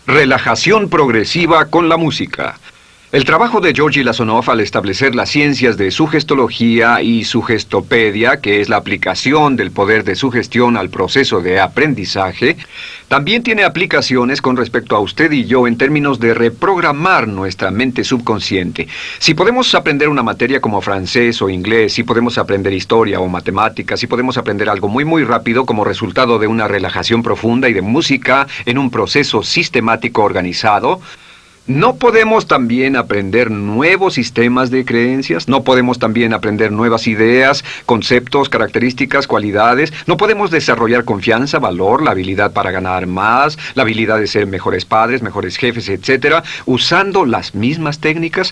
Relajación progresiva con la música. El trabajo de Georgi Lasonov al establecer las ciencias de sugestología y sugestopedia, que es la aplicación del poder de sugestión al proceso de aprendizaje, también tiene aplicaciones con respecto a usted y yo en términos de reprogramar nuestra mente subconsciente. Si podemos aprender una materia como francés o inglés, si podemos aprender historia o matemáticas, si podemos aprender algo muy rápido como resultado de una relajación profunda y de música en un proceso sistemático organizado, ¿no podemos también aprender nuevos sistemas de creencias? ¿No podemos también aprender nuevas ideas, conceptos, características, cualidades? ¿No podemos desarrollar confianza, valor, la habilidad para ganar más, la habilidad de ser mejores padres, mejores jefes, etcétera, usando las mismas técnicas?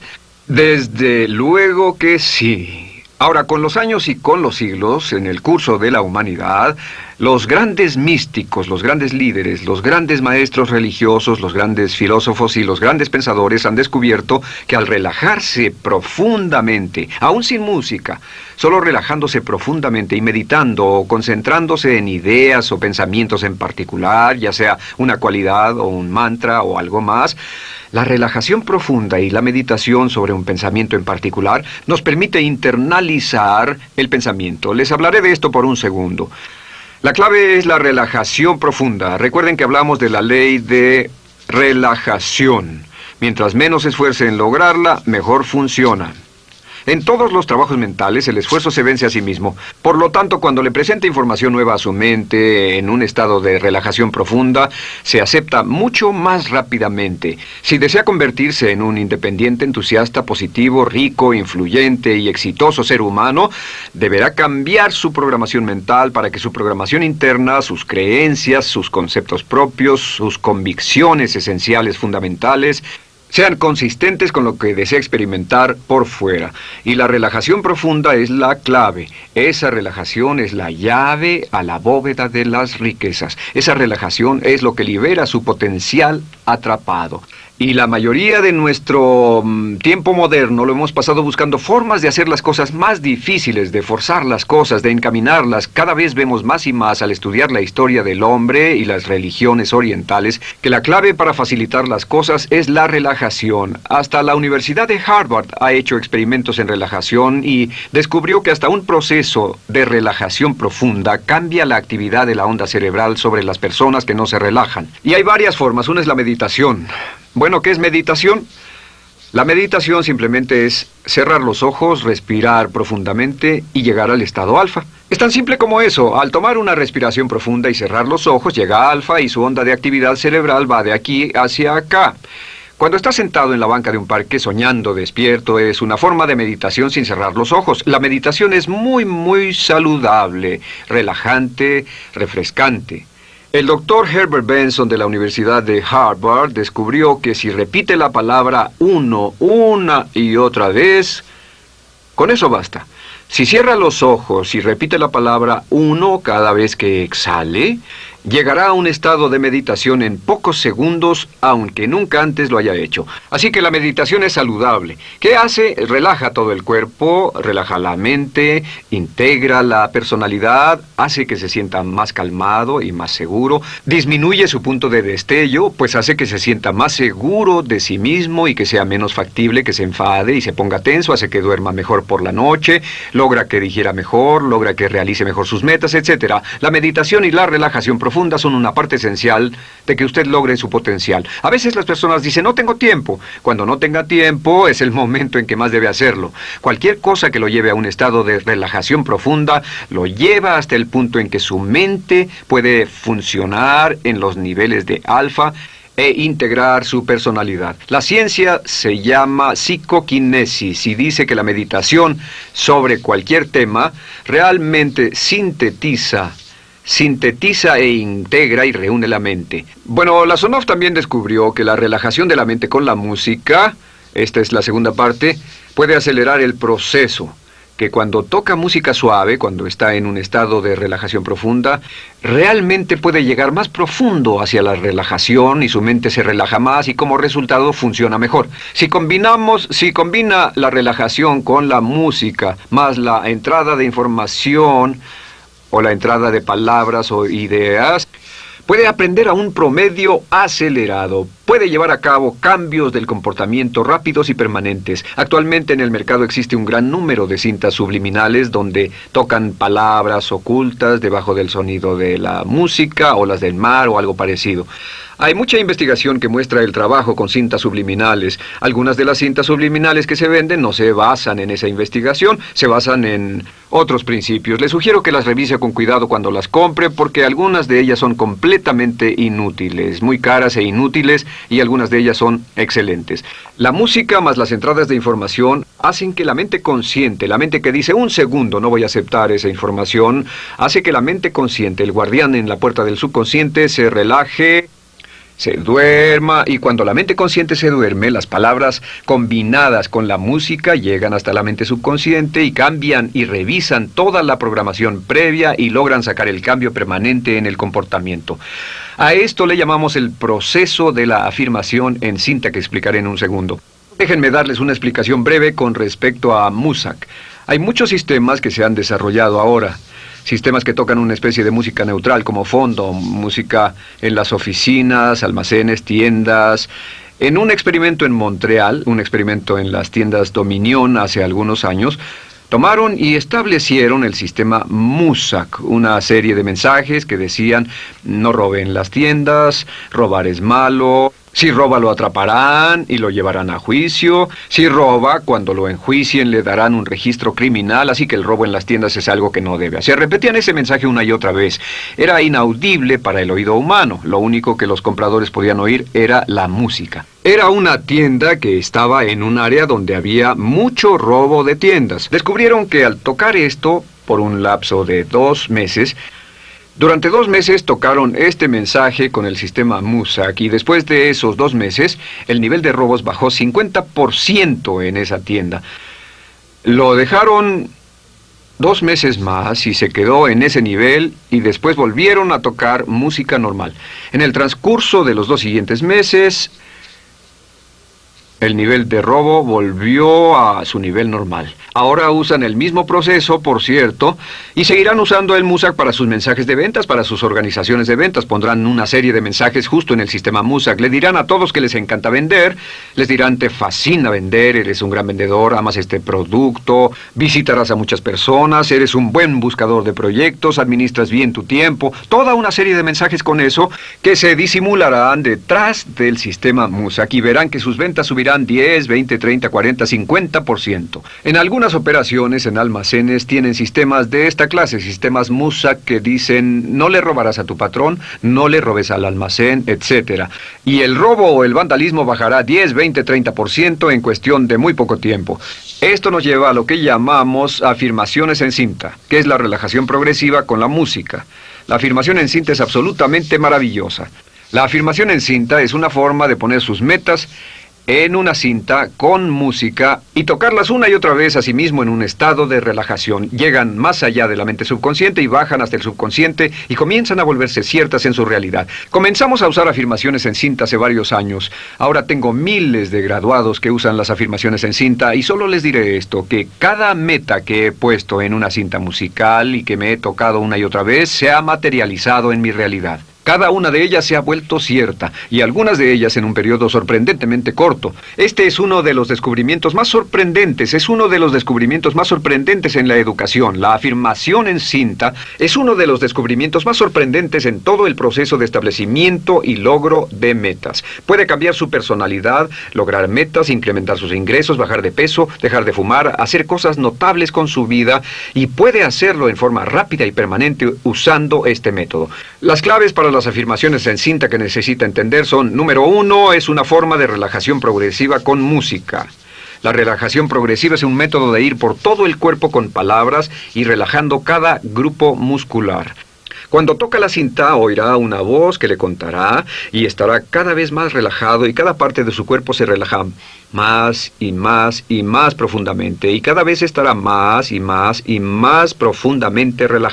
Desde luego que sí. Ahora, con los años y con los siglos, en el curso de la humanidad, los grandes místicos, los grandes líderes, los grandes maestros religiosos, los grandes filósofos y los grandes pensadores han descubierto que al relajarse profundamente, aún sin música, solo relajándose profundamente y meditando o concentrándose en ideas o pensamientos en particular, ya sea una cualidad o un mantra o algo más, la relajación profunda y la meditación sobre un pensamiento en particular nos permite internalizar el pensamiento. Les hablaré de esto por un segundo. La clave es la relajación profunda. Recuerden que hablamos de la ley de relajación. Mientras menos se esfuerce en lograrla, mejor funciona. En todos los trabajos mentales, el esfuerzo se vence a sí mismo. Por lo tanto, cuando le presenta información nueva a su mente en un estado de relajación profunda, se acepta mucho más rápidamente. Si desea convertirse en un independiente, entusiasta, positivo, rico, influyente y exitoso ser humano, deberá cambiar su programación mental para que su programación interna, sus creencias, sus conceptos propios, sus convicciones esenciales fundamentales, sean consistentes con lo que desea experimentar por fuera. Y la relajación profunda es la clave. Esa relajación es la llave a la bóveda de las riquezas. Esa relajación es lo que libera su potencial atrapado. Y la mayoría de nuestro tiempo moderno lo hemos pasado buscando formas de hacer las cosas más difíciles, de forzar las cosas, de encaminarlas. Cada vez vemos más y más al estudiar la historia del hombre y las religiones orientales que la clave para facilitar las cosas es la relajación. Hasta la Universidad de Harvard ha hecho experimentos en relajación y descubrió que hasta un proceso de relajación profunda cambia la actividad de la onda cerebral sobre las personas que no se relajan. Y hay varias formas. Una es la meditación. Bueno, ¿qué es meditación? La meditación simplemente es cerrar los ojos, respirar profundamente y llegar al estado alfa. Es tan simple como eso. Al tomar una respiración profunda y cerrar los ojos, llega a alfa y su onda de actividad cerebral va de aquí hacia acá. Cuando está sentado en la banca de un parque soñando despierto, es una forma de meditación sin cerrar los ojos. La meditación es muy saludable, relajante, refrescante. El doctor Herbert Benson de la Universidad de Harvard descubrió que si repite la palabra uno una y otra vez, con eso basta. Si cierra los ojos y repite la palabra uno cada vez que exhale, llegará a un estado de meditación en pocos segundos, aunque nunca antes lo haya hecho. Así que la meditación es saludable. ¿Qué hace? Relaja todo el cuerpo, relaja la mente, integra la personalidad, hace que se sienta más calmado y más seguro, disminuye su punto de destello, pues hace que se sienta más seguro de sí mismo y que sea menos factible que se enfade y se ponga tenso, hace que duerma mejor por la noche, logra que digiera mejor, logra que realice mejor sus metas, etc. La meditación y la relajación profunda son una parte esencial de que usted logre su potencial. A veces las personas dicen, no tengo tiempo. Cuando no tenga tiempo es el momento en que más debe hacerlo. Cualquier cosa que lo lleve a un estado de relajación profunda lo lleva hasta el punto en que su mente puede funcionar en los niveles de alfa e integrar su personalidad. La ciencia se llama psicoquinesis y dice que la meditación sobre cualquier tema realmente sintetiza e integra y reúne la mente. Bueno, Lasonov también descubrió que la relajación de la mente con la música, esta es la segunda parte, puede acelerar el proceso. Que cuando toca música suave, cuando está en un estado de relajación profunda, realmente puede llegar más profundo hacia la relajación y su mente se relaja más y como resultado funciona mejor. Si combina la relajación con la música, más la entrada de información o la entrada de palabras o ideas, puede aprender a un promedio acelerado. puede llevar a cabo cambios del comportamiento rápidos y permanentes. Actualmente en el mercado existe un gran número de cintas subliminales donde tocan palabras ocultas debajo del sonido de la música, olas del mar o algo parecido. Hay mucha investigación que muestra el trabajo con cintas subliminales. Algunas de las cintas subliminales que se venden no se basan en esa investigación, se basan en otros principios. Le sugiero que las revise con cuidado cuando las compre, porque algunas de ellas son completamente inútiles, muy caras e inútiles, y algunas de ellas son excelentes. La música más las entradas de información hacen que la mente consciente, la mente que dice un segundo no voy a aceptar esa información, hace que la mente consciente, el guardián en la puerta del subconsciente, se relaje, se duerma, y cuando la mente consciente se duerme, las palabras combinadas con la música llegan hasta la mente subconsciente y cambian y revisan toda la programación previa y logran sacar el cambio permanente en el comportamiento. A esto le llamamos el proceso de la afirmación en cinta, que explicaré en un segundo. Déjenme darles una explicación breve con respecto a Muzak. Hay muchos sistemas que se han desarrollado ahora. Sistemas que tocan una especie de música neutral como fondo, música en las oficinas, almacenes, tiendas. En un experimento en Montreal, un experimento en las tiendas Dominion hace algunos años, tomaron y establecieron el sistema Muzak, una serie de mensajes que decían: no roben las tiendas, robar es malo, si roba lo atraparán y lo llevarán a juicio, si roba, cuando lo enjuicien le darán un registro criminal, así que el robo en las tiendas es algo que no debe hacer. Repetían ese mensaje una y otra vez. Era inaudible para el oído humano, lo único que los compradores podían oír era la música. Era una tienda que estaba en un área donde había mucho robo de tiendas. Descubrieron que al tocar esto, por un lapso de 2 meses, durante 2 meses tocaron este mensaje con el sistema Muzak, y después de esos 2 meses, el nivel de robos bajó 50% en esa tienda. Lo dejaron 2 meses más y se quedó en ese nivel, y después volvieron a tocar música normal. En el transcurso de los 2 siguientes meses, el nivel de robo volvió a su nivel normal. Ahora usan el mismo proceso, por cierto, y seguirán usando el Muzak para sus mensajes de ventas, para sus organizaciones de ventas. Pondrán una serie de mensajes justo en el sistema Muzak. Le dirán a todos que les encanta vender, les dirán: te fascina vender, eres un gran vendedor, amas este producto, visitarás a muchas personas, eres un buen buscador de proyectos, administras bien tu tiempo. Toda una serie de mensajes con eso que se disimularán detrás del sistema Muzak, y verán que sus ventas subirán 10, 20, 30, 40, 50%. En algunas operaciones en almacenes tienen sistemas de esta clase, sistemas Muzak que dicen: no le robarás a tu patrón, no le robes al almacén, etc. Y el robo o el vandalismo bajará 10, 20, 30% en cuestión de muy poco tiempo. Esto nos lleva a lo que llamamos afirmaciones en cinta, que es la relajación progresiva con la música. La afirmación en cinta es absolutamente maravillosa. La afirmación en cinta es una forma de poner sus metas en una cinta con música y tocarlas una y otra vez a sí mismo en un estado de relajación. Llegan más allá de la mente subconsciente y bajan hasta el subconsciente y comienzan a volverse ciertas en su realidad. Comenzamos a usar afirmaciones en cinta hace varios años. Ahora tengo miles de graduados que usan las afirmaciones en cinta, y solo les diré esto: que cada meta que he puesto en una cinta musical y que me he tocado una y otra vez se ha materializado en mi realidad. Cada una de ellas se ha vuelto cierta, y algunas de ellas en un periodo sorprendentemente corto. Este es uno de los descubrimientos más sorprendentes, es uno de los descubrimientos más sorprendentes en la educación. La afirmación en cinta es uno de los descubrimientos más sorprendentes en todo el proceso de establecimiento y logro de metas. Puede cambiar su personalidad, lograr metas, incrementar sus ingresos, bajar de peso, dejar de fumar, hacer cosas notables con su vida, y puede hacerlo en forma rápida y permanente usando este método. Las claves para las afirmaciones en cinta que necesita entender son: número 1, es una forma de relajación progresiva con música. La relajación progresiva es un método de ir por todo el cuerpo con palabras y relajando cada grupo muscular. Cuando toca la cinta, oirá una voz que le contará y estará cada vez más relajado, y cada parte de su cuerpo se relaja más y más y más profundamente, y cada vez estará más y más y más profundamente relajado.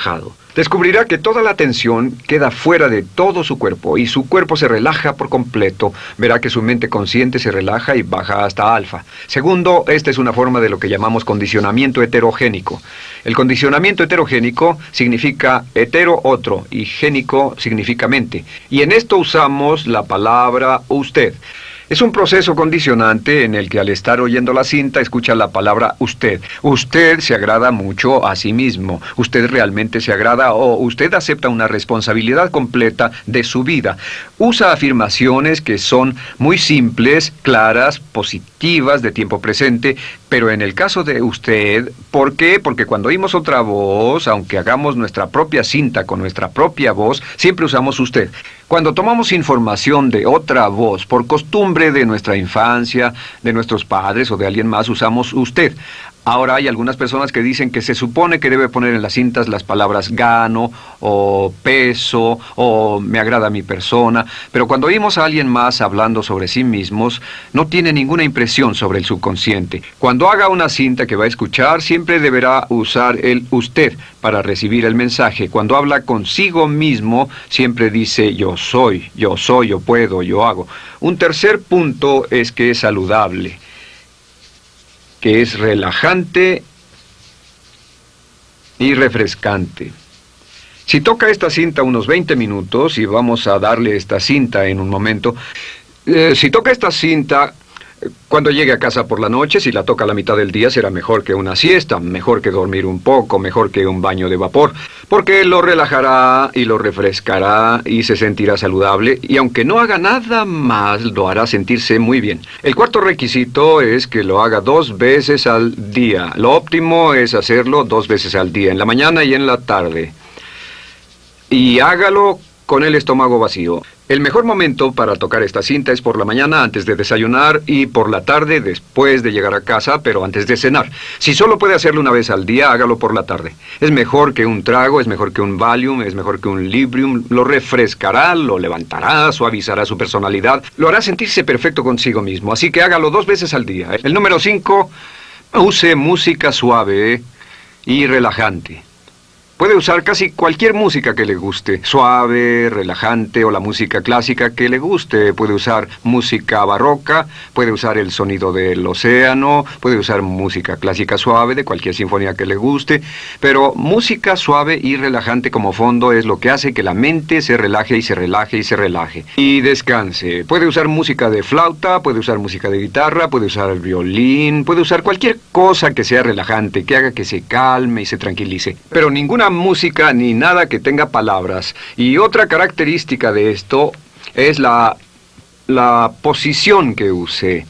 Descubrirá que toda la tensión queda fuera de todo su cuerpo y su cuerpo se relaja por completo. Verá que su mente consciente se relaja y baja hasta alfa. Segundo, esta es una forma de lo que llamamos condicionamiento heterogénico. El condicionamiento heterogénico significa hetero otro y génico significa mente. Y en esto usamos la palabra usted. Es un proceso condicionante en el que al estar oyendo la cinta escucha la palabra usted. Usted se agrada mucho a sí mismo. Usted realmente se agrada o usted acepta una responsabilidad completa de su vida. Usa afirmaciones que son muy simples, claras, positivas, de tiempo presente, pero en el caso de usted, ¿por qué? Porque cuando oímos otra voz, aunque hagamos nuestra propia cinta con nuestra propia voz, siempre usamos usted. Cuando tomamos información de otra voz, por costumbre de nuestra infancia, de nuestros padres o de alguien más, usamos usted. Ahora hay algunas personas que dicen que se supone que debe poner en las cintas las palabras gano, o peso, o me agrada mi persona, pero cuando oímos a alguien más hablando sobre sí mismos, no tiene ninguna impresión sobre el subconsciente. Cuando haga una cinta que va a escuchar, siempre deberá usar el usted para recibir el mensaje. Cuando habla consigo mismo, siempre dice yo soy, yo puedo, yo hago. Un tercer punto es que es saludable, que es relajante y refrescante. Si toca esta cinta unos 20 minutos, y vamos a darle esta cinta en un momento, si toca esta cinta cuando llegue a casa por la noche, si la toca a la mitad del día, será mejor que una siesta, mejor que dormir un poco, mejor que un baño de vapor, porque lo relajará y lo refrescará y se sentirá saludable, y aunque no haga nada más, lo hará sentirse muy bien. El cuarto requisito es que lo haga 2 veces al día. Lo óptimo es hacerlo 2 veces al día, en la mañana y en la tarde. Y hágalo con el estómago vacío. El mejor momento para tocar esta cinta es por la mañana antes de desayunar y por la tarde después de llegar a casa, pero antes de cenar. Si solo puede hacerlo una vez al día, hágalo por la tarde. Es mejor que un trago, es mejor que un Valium, es mejor que un Librium. Lo refrescará, lo levantará, suavizará su personalidad, lo hará sentirse perfecto consigo mismo. Así que hágalo 2 veces al día. El número 5, use música suave y relajante. Puede usar casi cualquier música que le guste, suave, relajante o la música clásica que le guste. Puede usar música barroca, puede usar el sonido del océano, puede usar música clásica suave de cualquier sinfonía que le guste, pero música suave y relajante como fondo es lo que hace que la mente se relaje y se relaje y se relaje. Y descanse. Puede usar música de flauta, puede usar música de guitarra, puede usar el violín, puede usar cualquier cosa que sea relajante, que haga que se calme y se tranquilice. Pero ninguna música ni nada que tenga palabras. Y otra característica de esto es la posición que use.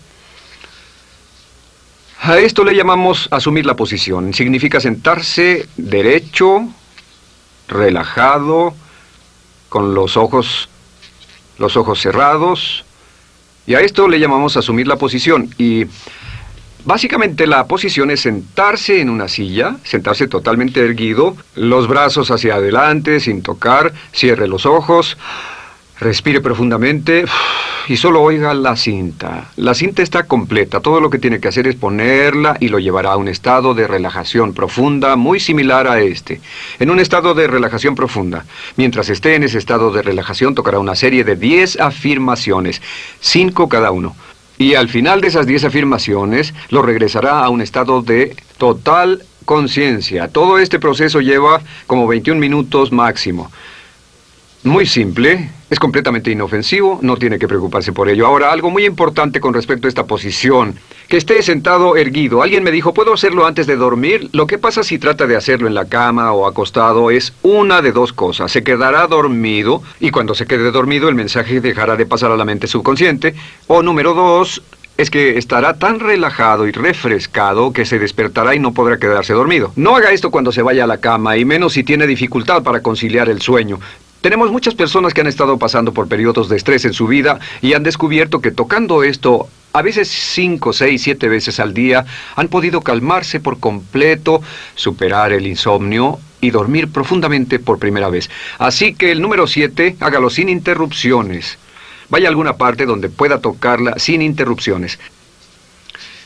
A esto le llamamos asumir la posición. Significa sentarse derecho, relajado, con los ojos cerrados. Y a esto le llamamos asumir la posición. Y básicamente la posición es sentarse en una silla, sentarse totalmente erguido, los brazos hacia adelante sin tocar, cierre los ojos, respire profundamente y solo oiga la cinta. La cinta está completa, todo lo que tiene que hacer es ponerla y lo llevará a un estado de relajación profunda muy similar a este. En un estado de relajación profunda. Mientras esté en ese estado de relajación tocará una serie de 10 afirmaciones, 5 cada uno. Y al final de esas 10 afirmaciones, lo regresará a un estado de total conciencia. Todo este proceso lleva como 21 minutos máximo. Muy simple, es completamente inofensivo, no tiene que preocuparse por ello. Ahora, algo muy importante con respecto a esta posición, que esté sentado erguido. Alguien me dijo, ¿puedo hacerlo antes de dormir? Lo que pasa si trata de hacerlo en la cama o acostado es una de 2 cosas. Se quedará dormido, y cuando se quede dormido el mensaje dejará de pasar a la mente subconsciente. O número 2, es que estará tan relajado y refrescado que se despertará y no podrá quedarse dormido. No haga esto cuando se vaya a la cama, y menos si tiene dificultad para conciliar el sueño. Tenemos muchas personas que han estado pasando por periodos de estrés en su vida y han descubierto que tocando esto, a veces 5, 6, 7 veces al día, han podido calmarse por completo, superar el insomnio y dormir profundamente por primera vez. Así que el número 7, hágalo sin interrupciones. Vaya a alguna parte donde pueda tocarla sin interrupciones.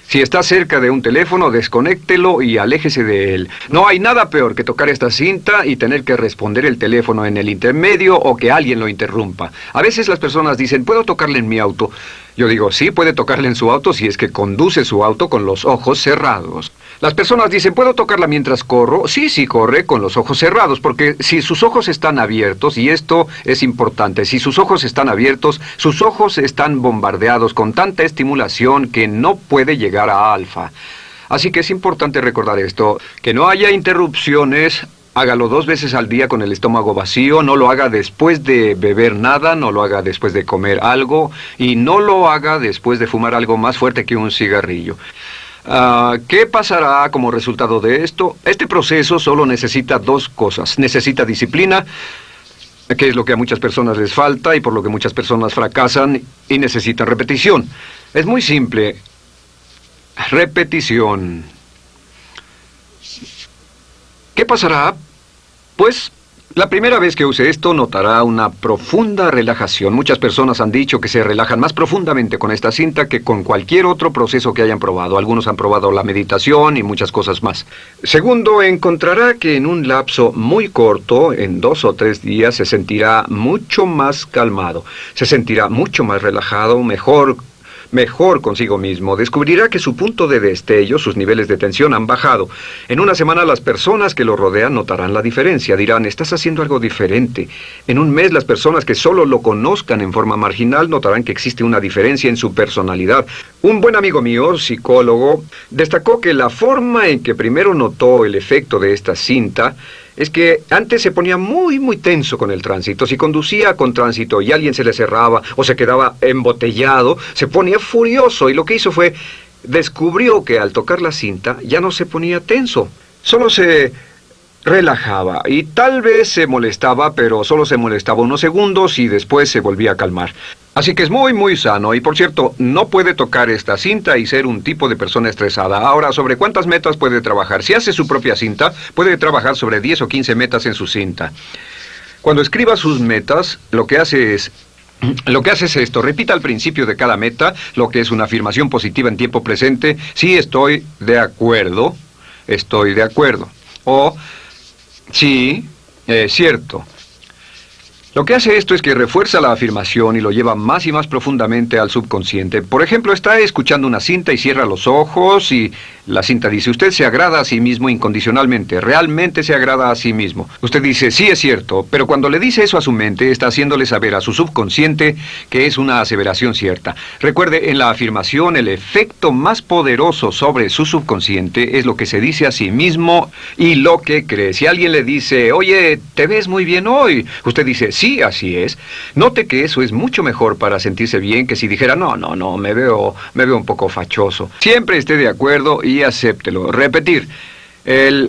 Si está cerca de un teléfono, desconéctelo y aléjese de él. No hay nada peor que tocar esta cinta y tener que responder el teléfono en el intermedio o que alguien lo interrumpa. A veces las personas dicen, ¿puedo tocarle en mi auto? Yo digo, sí, puede tocarle en su auto si es que conduce su auto con los ojos cerrados. Las personas dicen, ¿puedo tocarla mientras corro? Sí, sí, corre con los ojos cerrados, porque si sus ojos están abiertos, y esto es importante, si sus ojos están abiertos, sus ojos están bombardeados con tanta estimulación que no puede llegar a alfa. Así que es importante recordar esto, que no haya interrupciones. Hágalo 2 veces al día con el estómago vacío, no lo haga después de beber nada, no lo haga después de comer algo y no lo haga después de fumar algo más fuerte que un cigarrillo. ¿Qué pasará como resultado de esto? Este proceso solo necesita 2 cosas. Necesita disciplina, que es lo que a muchas personas les falta y por lo que muchas personas fracasan, y necesitan repetición. Es muy simple. Repetición. ¿Qué pasará? Pues, la primera vez que use esto notará una profunda relajación. Muchas personas han dicho que se relajan más profundamente con esta cinta que con cualquier otro proceso que hayan probado. Algunos han probado la meditación y muchas cosas más. Segundo, encontrará que en un lapso muy corto, en 2 o 3 días, se sentirá mucho más calmado. Se sentirá mucho más relajado, mejor consigo mismo. Descubrirá que su punto de destello, sus niveles de tensión han bajado. En una semana las personas que lo rodean notarán la diferencia. Dirán, estás haciendo algo diferente. En un mes las personas que solo lo conozcan en forma marginal notarán que existe una diferencia en su personalidad. Un buen amigo mío, psicólogo, destacó que la forma en que primero notó el efecto de esta cinta es que antes se ponía muy tenso con el tránsito. Si conducía con tránsito y alguien se le cerraba o se quedaba embotellado, se ponía furioso, y lo que hizo fue, descubrió que al tocar la cinta ya no se ponía tenso, solo se relajaba y tal vez se molestaba, pero solo se molestaba unos segundos y después se volvía a calmar. Así que es muy sano. Y por cierto, no puede tocar esta cinta y ser un tipo de persona estresada. Ahora, ¿sobre cuántas metas puede trabajar? Si hace su propia cinta, puede trabajar sobre 10 o 15 metas en su cinta. Cuando escriba sus metas, lo que hace es esto. Repita al principio de cada meta lo que es una afirmación positiva en tiempo presente. Sí, estoy de acuerdo. Estoy de acuerdo. O, sí, cierto. Lo que hace esto es que refuerza la afirmación y lo lleva más y más profundamente al subconsciente. Por ejemplo, está escuchando una cinta y cierra los ojos y la cinta dice, usted se agrada a sí mismo incondicionalmente, realmente se agrada a sí mismo. Usted dice, sí es cierto, pero cuando le dice eso a su mente, está haciéndole saber a su subconsciente que es una aseveración cierta. Recuerde, en la afirmación, el efecto más poderoso sobre su subconsciente es lo que se dice a sí mismo y lo que cree. Si alguien le dice, oye, te ves muy bien hoy, usted dice, sí, así es. Note que eso es mucho mejor para sentirse bien que si dijera, no, me veo un poco fachoso. Siempre esté de acuerdo y acéptelo. Repetir. El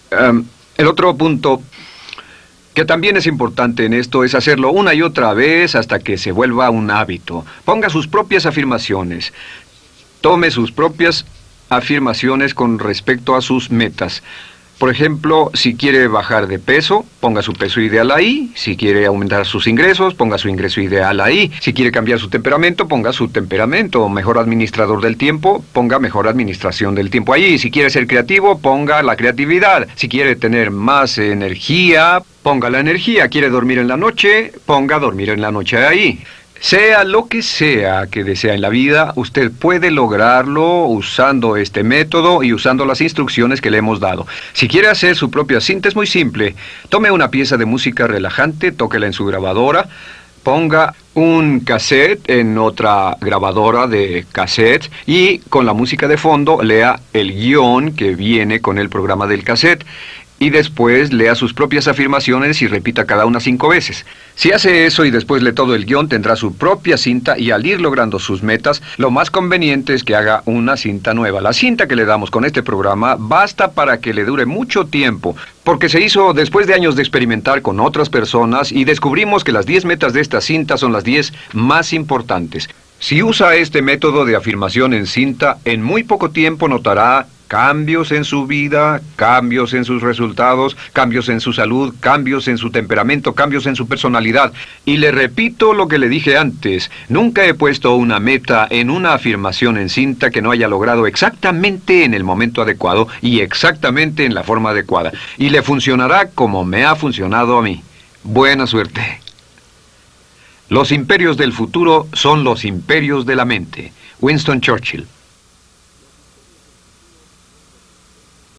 otro punto que también es importante en esto es hacerlo una y otra vez hasta que se vuelva un hábito. Ponga sus propias afirmaciones. Tome sus propias afirmaciones con respecto a sus metas. Por ejemplo, si quiere bajar de peso, ponga su peso ideal ahí. Si quiere aumentar sus ingresos, ponga su ingreso ideal ahí. Si quiere cambiar su temperamento, ponga su temperamento. Mejor administrador del tiempo, ponga mejor administración del tiempo ahí. Si quiere ser creativo, ponga la creatividad. Si quiere tener más energía, ponga la energía. Quiere dormir en la noche, ponga dormir en la noche ahí. Sea lo que sea que desea en la vida, usted puede lograrlo usando este método y usando las instrucciones que le hemos dado. Si quiere hacer su propia cinta, es muy simple. Tome una pieza de música relajante, tóquela en su grabadora, ponga un cassette en otra grabadora de cassette y con la música de fondo lea el guión que viene con el programa del cassette. Y después lea sus propias afirmaciones y repita cada una 5 veces. Si hace eso y después lee todo el guión, tendrá su propia cinta y al ir logrando sus metas, lo más conveniente es que haga una cinta nueva. La cinta que le damos con este programa basta para que le dure mucho tiempo, porque se hizo después de años de experimentar con otras personas y descubrimos que las 10 metas de esta cinta son las 10 más importantes. Si usa este método de afirmación en cinta, en muy poco tiempo notará Cambios en su vida, cambios en sus resultados, cambios en su salud, cambios en su temperamento, cambios en su personalidad. Y le repito lo que le dije antes, nunca he puesto una meta en una afirmación en cinta que no haya logrado exactamente en el momento adecuado y exactamente en la forma adecuada. Y le funcionará como me ha funcionado a mí. Buena suerte. Los imperios del futuro son los imperios de la mente. Winston Churchill.